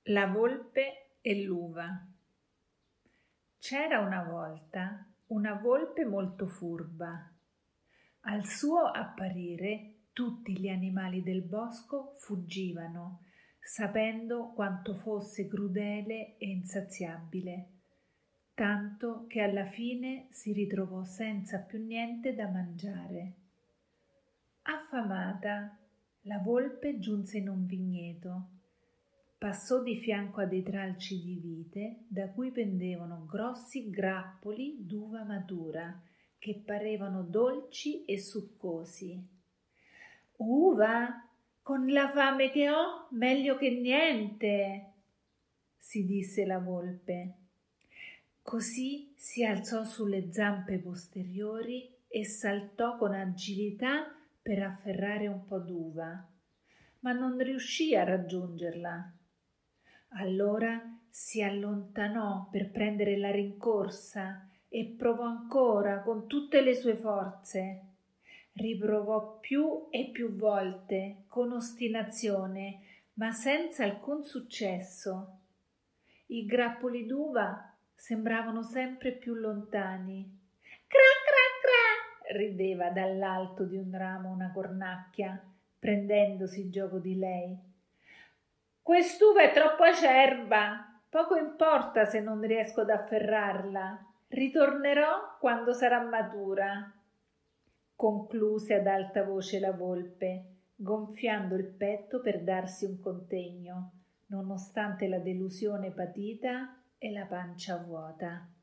La volpe e l'uva. C'era una volta una volpe molto furba. Al suo apparire tutti gli animali del bosco fuggivano, sapendo quanto fosse crudele e insaziabile, tanto che alla fine si ritrovò senza più niente da mangiare. Affamata, la volpe giunse in un vigneto. Passò di fianco a dei tralci di vite da cui pendevano grossi grappoli d'uva matura che parevano dolci e succosi. Uva, con la fame che ho, meglio che niente, si disse la volpe. Così si alzò sulle zampe posteriori e saltò con agilità per afferrare un po' d'uva, ma non riuscì a raggiungerla. Allora si allontanò per prendere la rincorsa e provò ancora con tutte le sue forze. Riprovò più e più volte, con ostinazione, ma senza alcun successo. I grappoli d'uva sembravano sempre più lontani. Cra cra cra! Rideva dall'alto di un ramo una cornacchia, prendendosi gioco di lei. Quest'uva è troppo acerba, poco importa se non riesco ad afferrarla. Ritornerò quando sarà matura, concluse ad alta voce la volpe, gonfiando il petto per darsi un contegno, nonostante la delusione patita e la pancia vuota.